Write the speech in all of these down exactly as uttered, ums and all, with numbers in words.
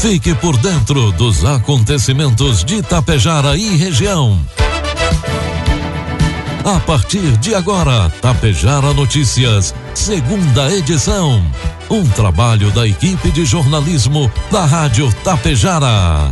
Fique por dentro dos acontecimentos de Tapejara e região. A partir de agora, Tapejara Notícias, segunda edição. Um trabalho da equipe de jornalismo da Rádio Tapejara.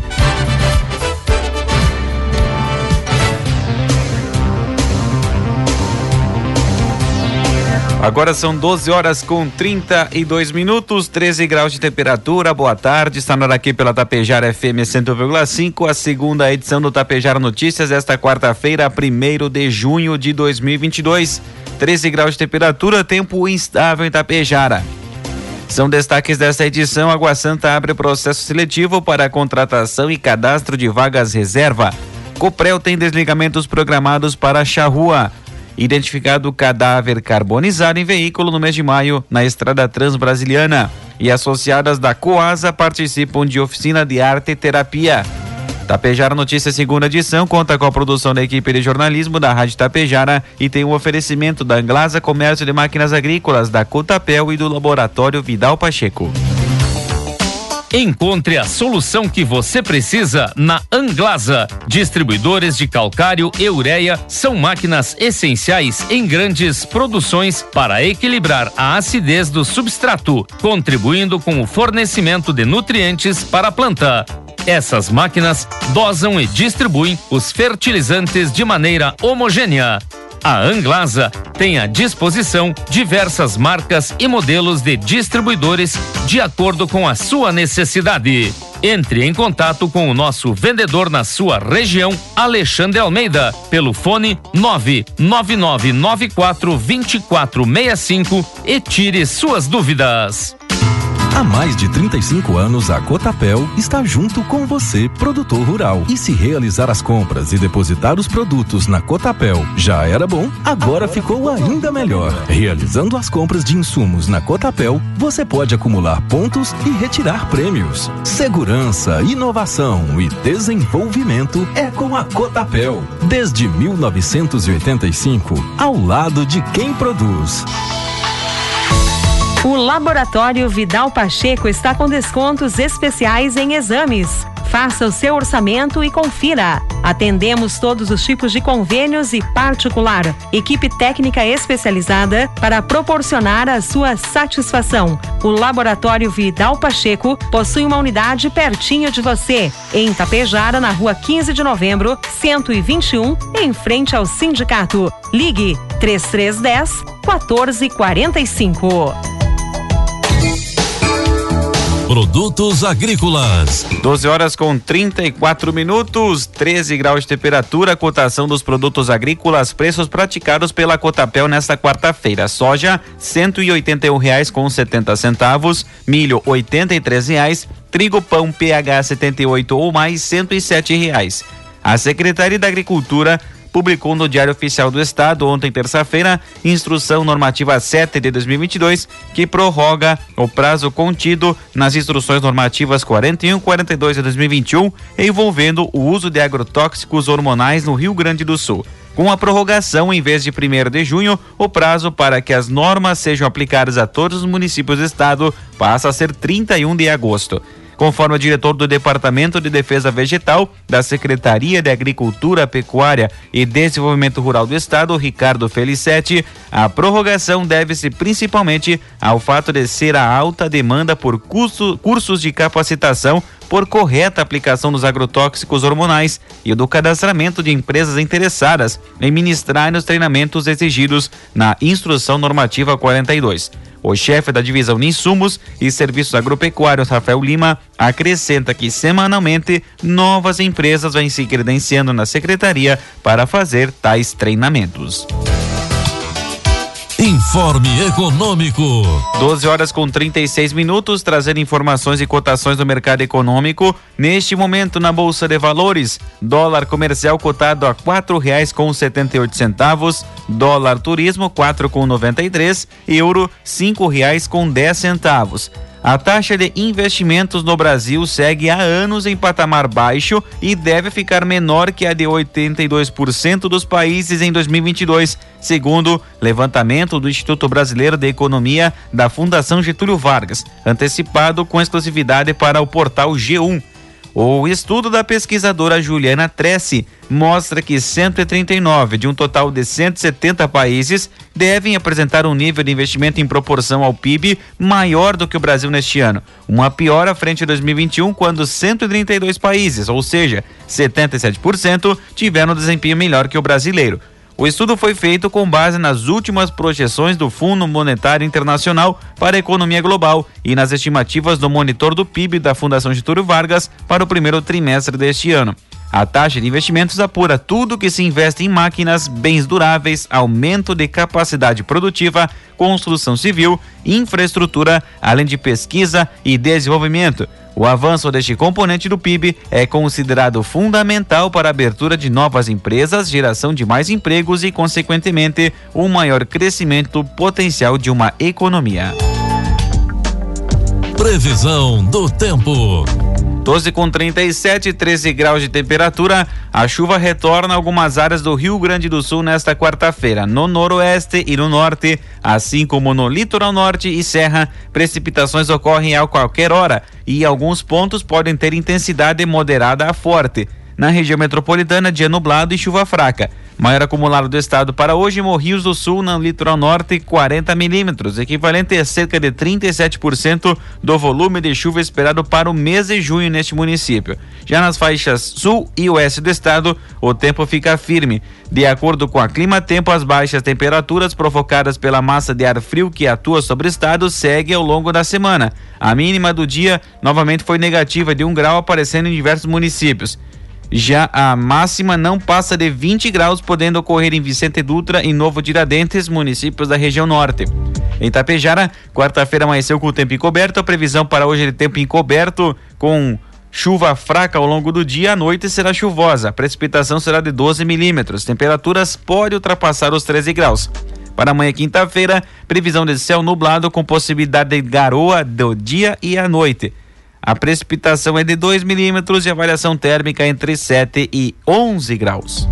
Agora são doze horas com trinta e dois minutos, treze graus de temperatura. Boa tarde, está no ar aqui pela Tapejara F M cento vírgula cinco, a segunda edição do Tapejara Notícias, esta quarta-feira, primeiro de junho de dois mil e vinte e dois. treze graus de temperatura, tempo instável em Tapejara. São destaques desta edição: Água Santa abre processo seletivo para a contratação e cadastro de vagas reserva. Coprel tem desligamentos programados para a Charrua. Identificado cadáver carbonizado em veículo no mês de maio na estrada transbrasiliana. E associadas da Coasa participam de oficina de arte e terapia. Tapejara Notícias, segunda edição, conta com a produção da equipe de jornalismo da Rádio Tapejara e tem o um oferecimento da Anglasa Comércio de Máquinas Agrícolas, da Cotapel e do Laboratório Vidal Pacheco. Encontre a solução que você precisa na Anglasa. Distribuidores de calcário e ureia são máquinas essenciais em grandes produções para equilibrar a acidez do substrato, contribuindo com o fornecimento de nutrientes para a planta. Essas máquinas dosam e distribuem os fertilizantes de maneira homogênea. A Anglasa tem à disposição diversas marcas e modelos de distribuidores de acordo com a sua necessidade. Entre em contato com o nosso vendedor na sua região, Alexandre Almeida, pelo fone nove nove nove nove quatro dois quatro seis cinco e tire suas dúvidas. Há mais de trinta e cinco anos, a Cotapel está junto com você, produtor rural. E se realizar as compras e depositar os produtos na Cotapel já era bom, agora ficou ainda melhor. Realizando as compras de insumos na Cotapel, você pode acumular pontos e retirar prêmios. Segurança, inovação e desenvolvimento é com a Cotapel. Desde mil novecentos e oitenta e cinco, ao lado de quem produz. O Laboratório Vidal Pacheco está com descontos especiais em exames. Faça o seu orçamento e confira. Atendemos todos os tipos de convênios e particular. Equipe técnica especializada para proporcionar a sua satisfação. O Laboratório Vidal Pacheco possui uma unidade pertinho de você, em Tapejara, na rua quinze de novembro, cento e vinte e um, em frente ao sindicato. Ligue três três um zero, quatorze quarenta e cinco. Produtos agrícolas. doze horas com trinta e quatro minutos, treze graus de temperatura, cotação dos produtos agrícolas, preços praticados pela Cotapel nesta quarta-feira. Soja, cento e oitenta e um reais com setenta centavos, milho, oitenta e três reais, trigo pão P H setenta e oito ou mais, cento e sete reais. A Secretaria da Agricultura publicou no Diário Oficial do Estado, ontem terça-feira, Instrução Normativa sete de dois mil e vinte e dois, que prorroga o prazo contido nas Instruções Normativas quarenta e um e quarenta e dois de dois mil e vinte e um, envolvendo o uso de agrotóxicos hormonais no Rio Grande do Sul. Com a prorrogação, em vez de primeiro de junho, o prazo para que as normas sejam aplicadas a todos os municípios do estado passa a ser trinta e um de agosto. Conforme o diretor do Departamento de Defesa Vegetal da Secretaria de Agricultura, Pecuária e Desenvolvimento Rural do Estado, Ricardo Felicetti, a prorrogação deve-se principalmente ao fato de ser a alta demanda por curso, cursos de capacitação por correta aplicação dos agrotóxicos hormonais e do cadastramento de empresas interessadas em ministrar os treinamentos exigidos na Instrução Normativa quarenta e dois. O chefe da divisão de insumos e serviços agropecuários, Rafael Lima, acrescenta que semanalmente novas empresas vêm se credenciando na secretaria para fazer tais treinamentos. Informe Econômico. doze horas com trinta e seis minutos, trazendo informações e cotações do mercado econômico. Neste momento, na Bolsa de Valores, dólar comercial cotado a quatro reais com setenta e oito centavos, dólar turismo quatro com noventa e três, euro cinco reais com dez centavos. A taxa de investimentos no Brasil segue há anos em patamar baixo e deve ficar menor que a de oitenta e dois por cento dos países em dois mil e vinte e dois, segundo levantamento do Instituto Brasileiro de Economia da Fundação Getúlio Vargas, antecipado com exclusividade para o portal G um. O estudo da pesquisadora Juliana Tressi mostra que cento e trinta e nove de um total de cento e setenta países devem apresentar um nível de investimento em proporção ao P I B maior do que o Brasil neste ano. Uma piora frente a dois mil e vinte e um, quando cento e trinta e dois países, ou seja, setenta e sete por cento, tiveram um desempenho melhor que o brasileiro. O estudo foi feito com base nas últimas projeções do Fundo Monetário Internacional para a economia global e nas estimativas do monitor do P I B da Fundação Getúlio Vargas para o primeiro trimestre deste ano. A taxa de investimentos apura tudo que se investe em máquinas, bens duráveis, aumento de capacidade produtiva, construção civil, infraestrutura, além de pesquisa e desenvolvimento. O avanço deste componente do P I B é considerado fundamental para a abertura de novas empresas, geração de mais empregos e, consequentemente, um maior crescimento potencial de uma economia. Previsão do tempo. doze com trinta e sete, treze graus de temperatura. A chuva retorna a algumas áreas do Rio Grande do Sul nesta quarta-feira. No noroeste e no norte, assim como no litoral norte e serra, precipitações ocorrem a qualquer hora e alguns pontos podem ter intensidade moderada a forte. Na região metropolitana, dia nublado e chuva fraca. Maior acumulado do estado para hoje, Morrinhos do Sul, no litoral norte, quarenta milímetros, equivalente a cerca de trinta e sete por cento do volume de chuva esperado para o mês de junho neste município. Já nas faixas sul e oeste do estado, o tempo fica firme. De acordo com a Climatempo, as baixas temperaturas provocadas pela massa de ar frio que atua sobre o estado seguem ao longo da semana. A mínima do dia novamente foi negativa, de um grau, aparecendo em diversos municípios. Já a máxima não passa de vinte graus, podendo ocorrer em Vicente Dutra e Novo Tiradentes, municípios da região norte. Em Tapejara, quarta-feira amanheceu com o tempo encoberto. A previsão para hoje é de tempo encoberto, com chuva fraca ao longo do dia. À noite será chuvosa. A precipitação será de doze milímetros. Temperaturas podem ultrapassar os treze graus. Para amanhã, quinta-feira, previsão de céu nublado com possibilidade de garoa do dia e à noite. A precipitação é de dois milímetros e a variação térmica entre sete e onze graus.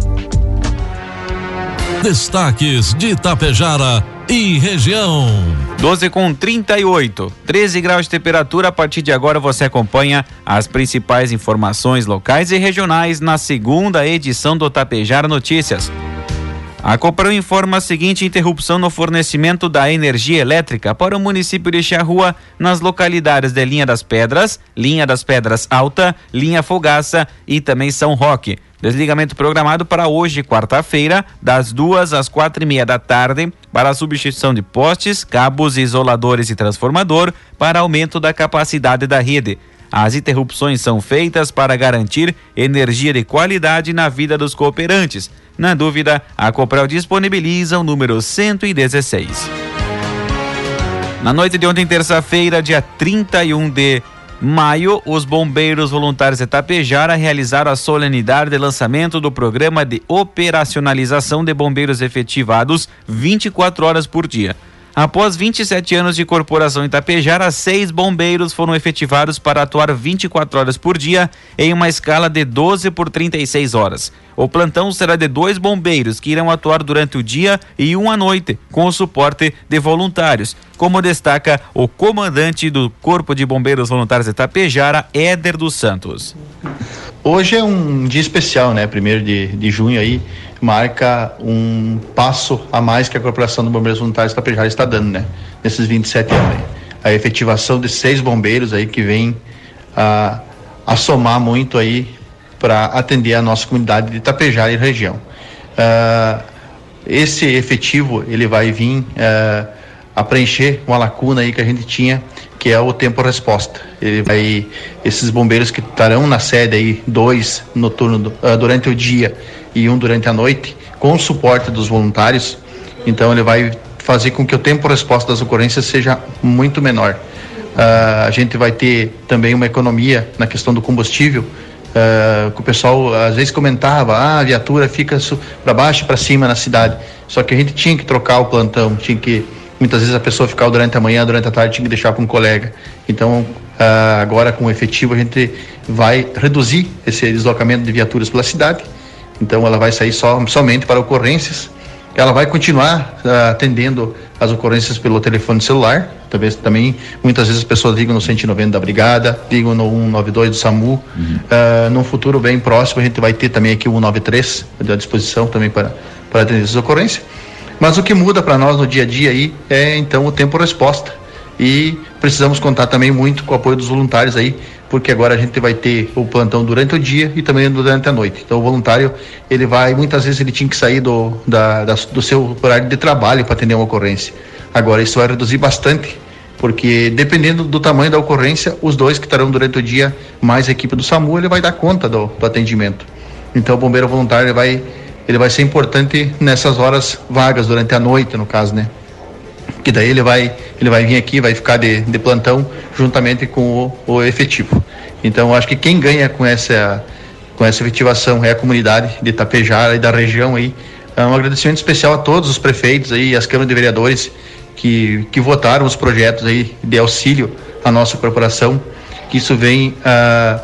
Destaques de Itapejara e região. doze com trinta e oito, treze graus de temperatura. A partir de agora você acompanha as principais informações locais e regionais na segunda edição do Itapejara Notícias. A Copel informa a seguinte interrupção no fornecimento da energia elétrica para o município de Charrua, nas localidades de Linha das Pedras, Linha das Pedras Alta, Linha Fogaça e também São Roque. Desligamento programado para hoje, quarta-feira, das duas às quatro e meia da tarde, para a substituição de postes, cabos, isoladores e transformador, para aumento da capacidade da rede. As interrupções são feitas para garantir energia de qualidade na vida dos cooperantes. Na dúvida, a Copel disponibiliza o número cento e dezesseis. Na noite de ontem, terça-feira, dia trinta e um de maio, os bombeiros voluntários de Itapejara realizaram a solenidade de lançamento do programa de operacionalização de bombeiros efetivados vinte e quatro horas por dia. Após vinte e sete anos de corporação em Itapejara, seis bombeiros foram efetivados para atuar vinte e quatro horas por dia em uma escala de doze por trinta e seis horas. O plantão será de dois bombeiros que irão atuar durante o dia e um à noite, com o suporte de voluntários, como destaca o comandante do Corpo de Bombeiros Voluntários de Itapejara, Éder dos Santos. Hoje é um dia especial, né? Primeiro de, de junho aí marca um passo a mais que a Corporação de Bombeiros Voluntários de Itapejara está dando, né? Nesses vinte e sete anos aí. A efetivação de seis bombeiros aí que vem a, a somar muito aí para atender a nossa comunidade de Itapejara e região. Uh, esse efetivo, ele vai vir uh, a preencher uma lacuna aí que a gente tinha, que é o tempo-resposta. Ele vai, esses bombeiros que estarão na sede aí, dois no turno do, uh, durante o dia e um durante a noite, com o suporte dos voluntários, então ele vai fazer com que o tempo-resposta das ocorrências seja muito menor. Uh, a gente vai ter também uma economia na questão do combustível, uh, que o pessoal às vezes comentava, ah, a viatura fica para baixo e para cima na cidade, só que a gente tinha que trocar o plantão, tinha que muitas vezes a pessoa ficava durante a manhã, durante a tarde tinha que deixar para um colega. Então, ah, agora com o efetivo a gente vai reduzir esse deslocamento de viaturas pela cidade. Então ela vai sair só, somente para ocorrências. Ela vai continuar uh, atendendo as ocorrências pelo telefone celular. Talvez também, muitas vezes as pessoas ligam no cento e noventa da Brigada, ligam no cento e noventa e dois do SAMU. Uhum. Uh, num futuro bem próximo a gente vai ter também aqui o cento e noventa e três à disposição também para, para atender essas ocorrências. Mas o que muda para nós no dia a dia aí é então o tempo-resposta. E precisamos contar também muito com o apoio dos voluntários aí, porque agora a gente vai ter o plantão durante o dia e também durante a noite. Então o voluntário, ele vai, muitas vezes ele tinha que sair do, da, da, do seu horário de trabalho para atender uma ocorrência. Agora isso vai reduzir bastante, porque dependendo do tamanho da ocorrência, os dois que estarão durante o dia, mais a equipe do SAMU, ele vai dar conta do, do atendimento. Então o bombeiro voluntário ele vai, ele vai ser importante nessas horas vagas, durante a noite no caso, né? Que daí ele vai, ele vai vir aqui, vai ficar de, de plantão juntamente com o, o efetivo. Então, eu acho que quem ganha com essa, com essa efetivação é a comunidade de Itapejara e da região aí. É um agradecimento especial a todos os prefeitos aí, as câmaras de vereadores que, que votaram os projetos aí de auxílio à nossa corporação, que isso vem a,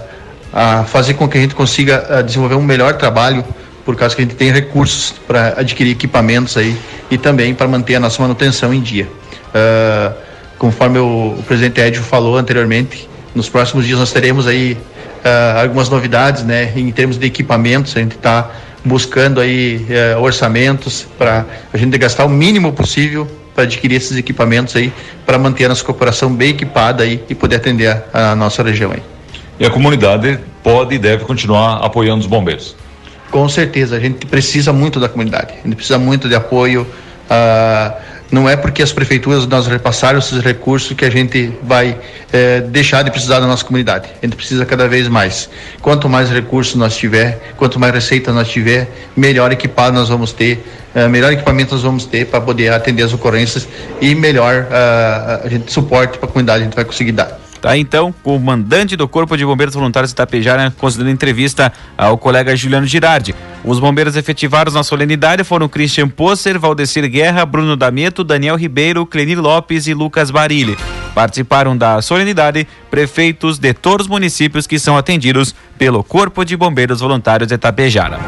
a fazer com que a gente consiga a, desenvolver um melhor trabalho, por causa que a gente tem recursos para adquirir equipamentos aí e também para manter a nossa manutenção em dia. Uh, conforme o, o presidente Edio falou anteriormente, nos próximos dias nós teremos aí uh, algumas novidades, né, em termos de equipamentos. A gente está buscando aí uh, orçamentos para a gente gastar o mínimo possível para adquirir esses equipamentos aí, para manter a nossa corporação bem equipada aí e poder atender a, a nossa região aí. E a comunidade pode e deve continuar apoiando os bombeiros? Com certeza, a gente precisa muito da comunidade, a gente precisa muito de apoio. Uh, não é porque as prefeituras nós repassaram esses recursos que a gente vai eh, deixar de precisar da nossa comunidade. A gente precisa cada vez mais. Quanto mais recursos nós tiver, quanto mais receita nós tiver, melhor equipado nós vamos ter, uh, melhor equipamento nós vamos ter para poder atender as ocorrências e melhor uh, a gente suporte para a comunidade a gente vai conseguir dar. Tá, então, comandante do Corpo de Bombeiros Voluntários de Itapejara, concedendo entrevista ao colega Juliano Girardi. Os bombeiros efetivados na solenidade foram Christian Posser, Valdecir Guerra, Bruno Dameto, Daniel Ribeiro, Clenir Lopes e Lucas Barilli. Participaram da solenidade prefeitos de todos os municípios que são atendidos pelo Corpo de Bombeiros Voluntários de Itapejara.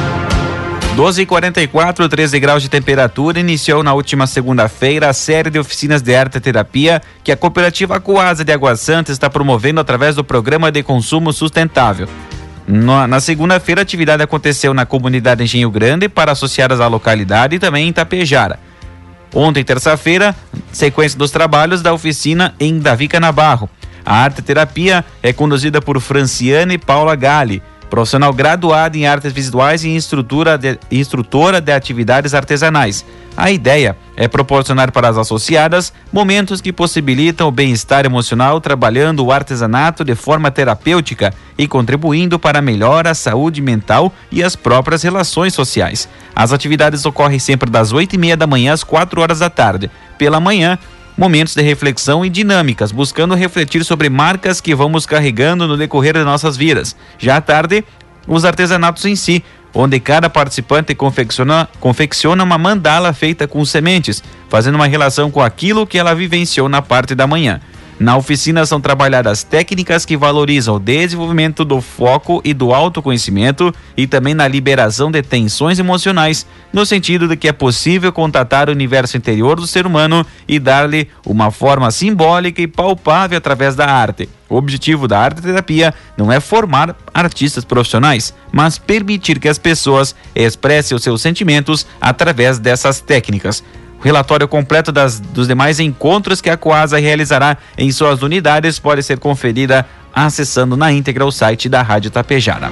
doze e quarenta e quatro, treze graus de temperatura. Iniciou na última segunda-feira a série de oficinas de arte-terapia que a cooperativa Coasa de Água Santa está promovendo através do Programa de Consumo Sustentável. Na, na segunda-feira, a atividade aconteceu na comunidade Engenho Grande para associadas à localidade e também em Itapejara. Ontem, terça-feira, sequência dos trabalhos da oficina em Davi Canabarro. A arte-terapia é conduzida por Franciane Paula Galli, profissional graduada em artes visuais e instrutora de, instrutora de atividades artesanais. A ideia é proporcionar para as associadas momentos que possibilitam o bem-estar emocional, trabalhando o artesanato de forma terapêutica e contribuindo para a melhora da saúde mental e as próprias relações sociais. As atividades ocorrem sempre das oito e meia da manhã às quatro horas da tarde. Pela manhã, momentos de reflexão e dinâmicas, buscando refletir sobre marcas que vamos carregando no decorrer de nossas vidas. Já à tarde, os artesanatos em si, onde cada participante confecciona, confecciona uma mandala feita com sementes, fazendo uma relação com aquilo que ela vivenciou na parte da manhã. Na oficina são trabalhadas técnicas que valorizam o desenvolvimento do foco e do autoconhecimento e também na liberação de tensões emocionais, no sentido de que é possível contatar o universo interior do ser humano e dar-lhe uma forma simbólica e palpável através da arte. O objetivo da arte-terapia não é formar artistas profissionais, mas permitir que as pessoas expressem os seus sentimentos através dessas técnicas. O relatório completo das, dos demais encontros que a Coasa realizará em suas unidades pode ser conferida acessando na íntegra o site da Rádio Itapejara.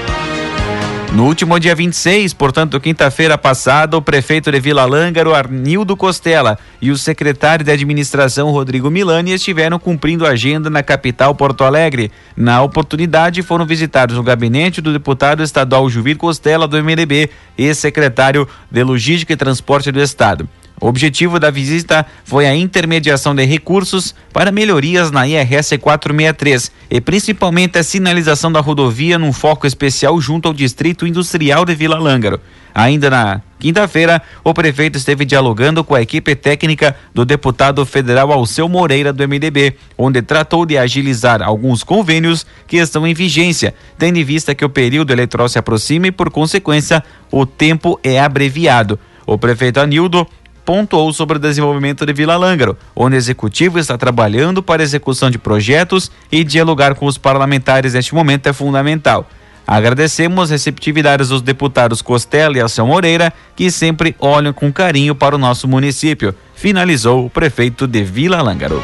No último dia vinte e seis, portanto, quinta-feira passada, o prefeito de Vila Lângaro, Arnildo Costela, e o secretário de administração, Rodrigo Milani, estiveram cumprindo a agenda na capital Porto Alegre. Na oportunidade, foram visitados o gabinete do deputado estadual Juvir Costela, do M D B, e secretário de Logística e Transporte do Estado. O objetivo da visita foi a intermediação de recursos para melhorias na I R S quatrocentos e sessenta e três e principalmente a sinalização da rodovia num foco especial junto ao Distrito Industrial de Vila Lângaro. Ainda na quinta-feira, o prefeito esteve dialogando com a equipe técnica do deputado federal Alceu Moreira, do M D B, onde tratou de agilizar alguns convênios que estão em vigência, tendo em vista que o período eleitoral se aproxima e, por consequência, o tempo é abreviado. O prefeito Anildo pontuou sobre o desenvolvimento de Vila Lângaro, onde o executivo está trabalhando para a execução de projetos e dialogar com os parlamentares neste momento é fundamental. Agradecemos a receptividade dos deputados Costela e Alceu Moreira, que sempre olham com carinho para o nosso município, finalizou o prefeito de Vila Lângaro.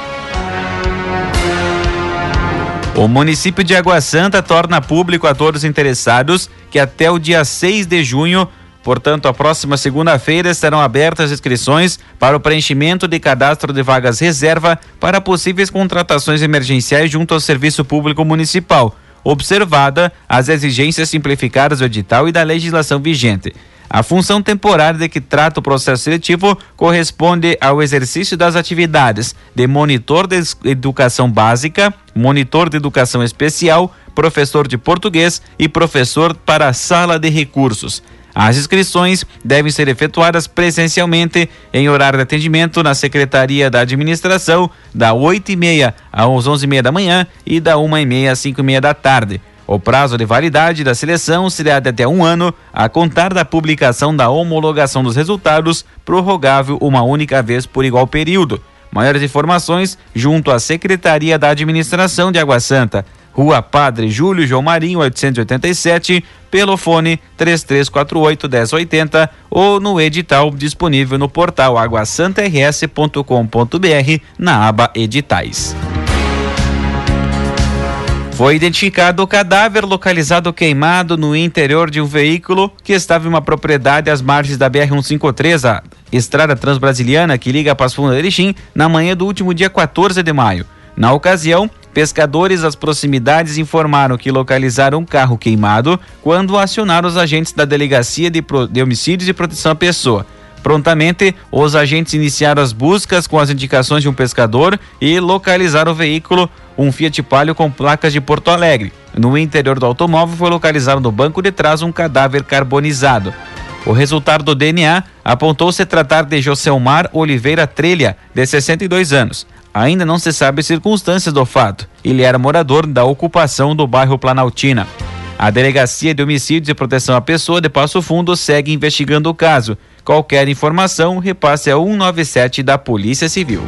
O município de Água Santa torna público a todos interessados que até o dia seis de junho, portanto, a próxima segunda-feira, estarão abertas inscrições para o preenchimento de cadastro de vagas reserva para possíveis contratações emergenciais junto ao Serviço Público Municipal, observada as exigências simplificadas do edital e da legislação vigente. A função temporária de que trata o processo seletivo corresponde ao exercício das atividades de monitor de educação básica, monitor de educação especial, professor de português e professor para a sala de recursos. As inscrições devem ser efetuadas presencialmente em horário de atendimento na Secretaria da Administração, da oito e meia às onze e meia da manhã e da uma e meia às cinco e meia da tarde. O prazo de validade da seleção será de até um ano, a contar da publicação da homologação dos resultados, prorrogável uma única vez por igual período. Maiores informações junto à Secretaria da Administração de Água Santa, Rua Padre Júlio João Marinho, oitocentos e oitenta e sete, pelo fone três três quatro oito, um zero oito zero ou no edital disponível no portal água santa r s ponto com ponto b r na aba Editais. Foi identificado o cadáver localizado queimado no interior de um veículo que estava em uma propriedade às margens da B R cento e cinquenta e três, a estrada transbrasiliana que liga a Passo Fundo a Erechim, na manhã do último dia quatorze de maio. Na ocasião, pescadores das proximidades informaram que localizaram um carro queimado quando acionaram os agentes da Delegacia de, Pro... de Homicídios e Proteção à Pessoa. Prontamente, os agentes iniciaram as buscas com as indicações de um pescador e localizaram o veículo, um Fiat Palio com placas de Porto Alegre. No interior do automóvel foi localizado no banco de trás um cadáver carbonizado. O resultado do D N A apontou se tratar de Joselmar Oliveira Trelha, de sessenta e dois anos. Ainda não se sabe as circunstâncias do fato. Ele era morador da ocupação do bairro Planaltina. A Delegacia de Homicídios e Proteção à Pessoa de Passo Fundo segue investigando o caso. Qualquer informação, repasse a cento e noventa e sete da Polícia Civil.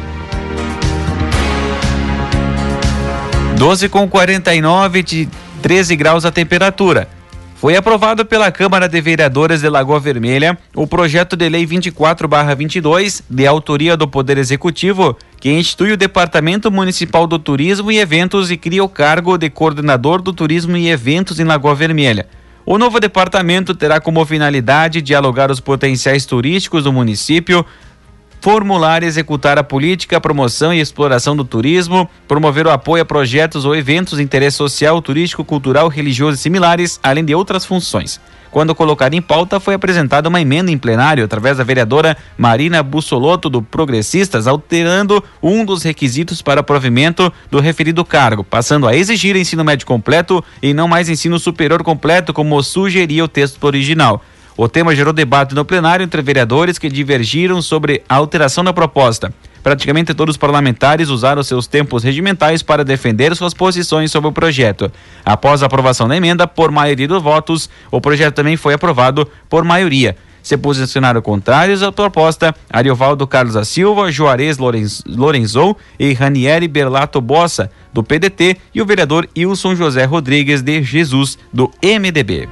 doze com quarenta e nove, de treze graus a temperatura. Foi aprovado pela Câmara de Vereadores de Lagoa Vermelha o projeto de lei vinte e quatro barra vinte e dois, de autoria do Poder Executivo, que institui o Departamento Municipal do Turismo e Eventos e cria o cargo de Coordenador do Turismo e Eventos em Lagoa Vermelha. O novo departamento terá como finalidade dialogar os potenciais turísticos do município, formular e executar a política, promoção e exploração do turismo, promover o apoio a projetos ou eventos de interesse social, turístico, cultural, religioso e similares, além de outras funções. Quando colocada em pauta, foi apresentada uma emenda em plenário através da vereadora Marina Bussolotto, do Progressistas, alterando um dos requisitos para provimento do referido cargo, passando a exigir ensino médio completo e não mais ensino superior completo, como sugeria o texto original. O tema gerou debate no plenário entre vereadores que divergiram sobre a alteração da proposta. Praticamente todos os parlamentares usaram seus tempos regimentais para defender suas posições sobre o projeto. Após a aprovação da emenda, por maioria dos votos, o projeto também foi aprovado por maioria. Se posicionaram contrários à proposta Ariovaldo Carlos da Silva, Juarez Lorenz, Lorenzou e Ranieri Berlato Bossa, do P D T, e o vereador Wilson José Rodrigues de Jesus, do M D B.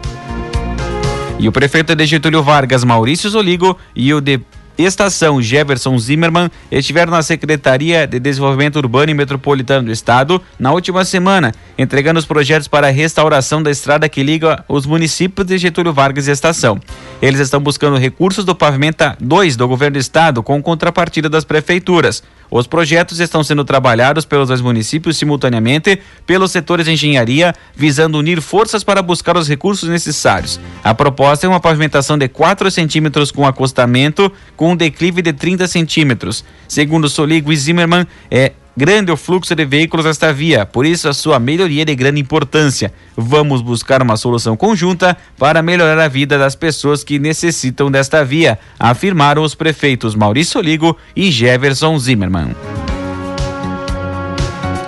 E o prefeito de Getúlio Vargas, Maurício Zoligo, e o de Estação, Jefferson Zimmermann, estiveram na Secretaria de Desenvolvimento Urbano e Metropolitano do Estado na última semana, entregando os projetos para a restauração da estrada que liga os municípios de Getúlio Vargas e Estação. Eles estão buscando recursos do Pavimenta dois do Governo do Estado, com contrapartida das prefeituras. Os projetos estão sendo trabalhados pelos dois municípios simultaneamente pelos setores de engenharia, visando unir forças para buscar os recursos necessários. A proposta é uma pavimentação de quatro centímetros com acostamento, com um declive de trinta centímetros. Segundo Soligo e Zimmermann, é Grande o fluxo de veículos nesta via, por isso a sua melhoria é de grande importância. Vamos buscar uma solução conjunta para melhorar a vida das pessoas que necessitam desta via, afirmaram os prefeitos Maurício Ligo e Jefferson Zimmermann.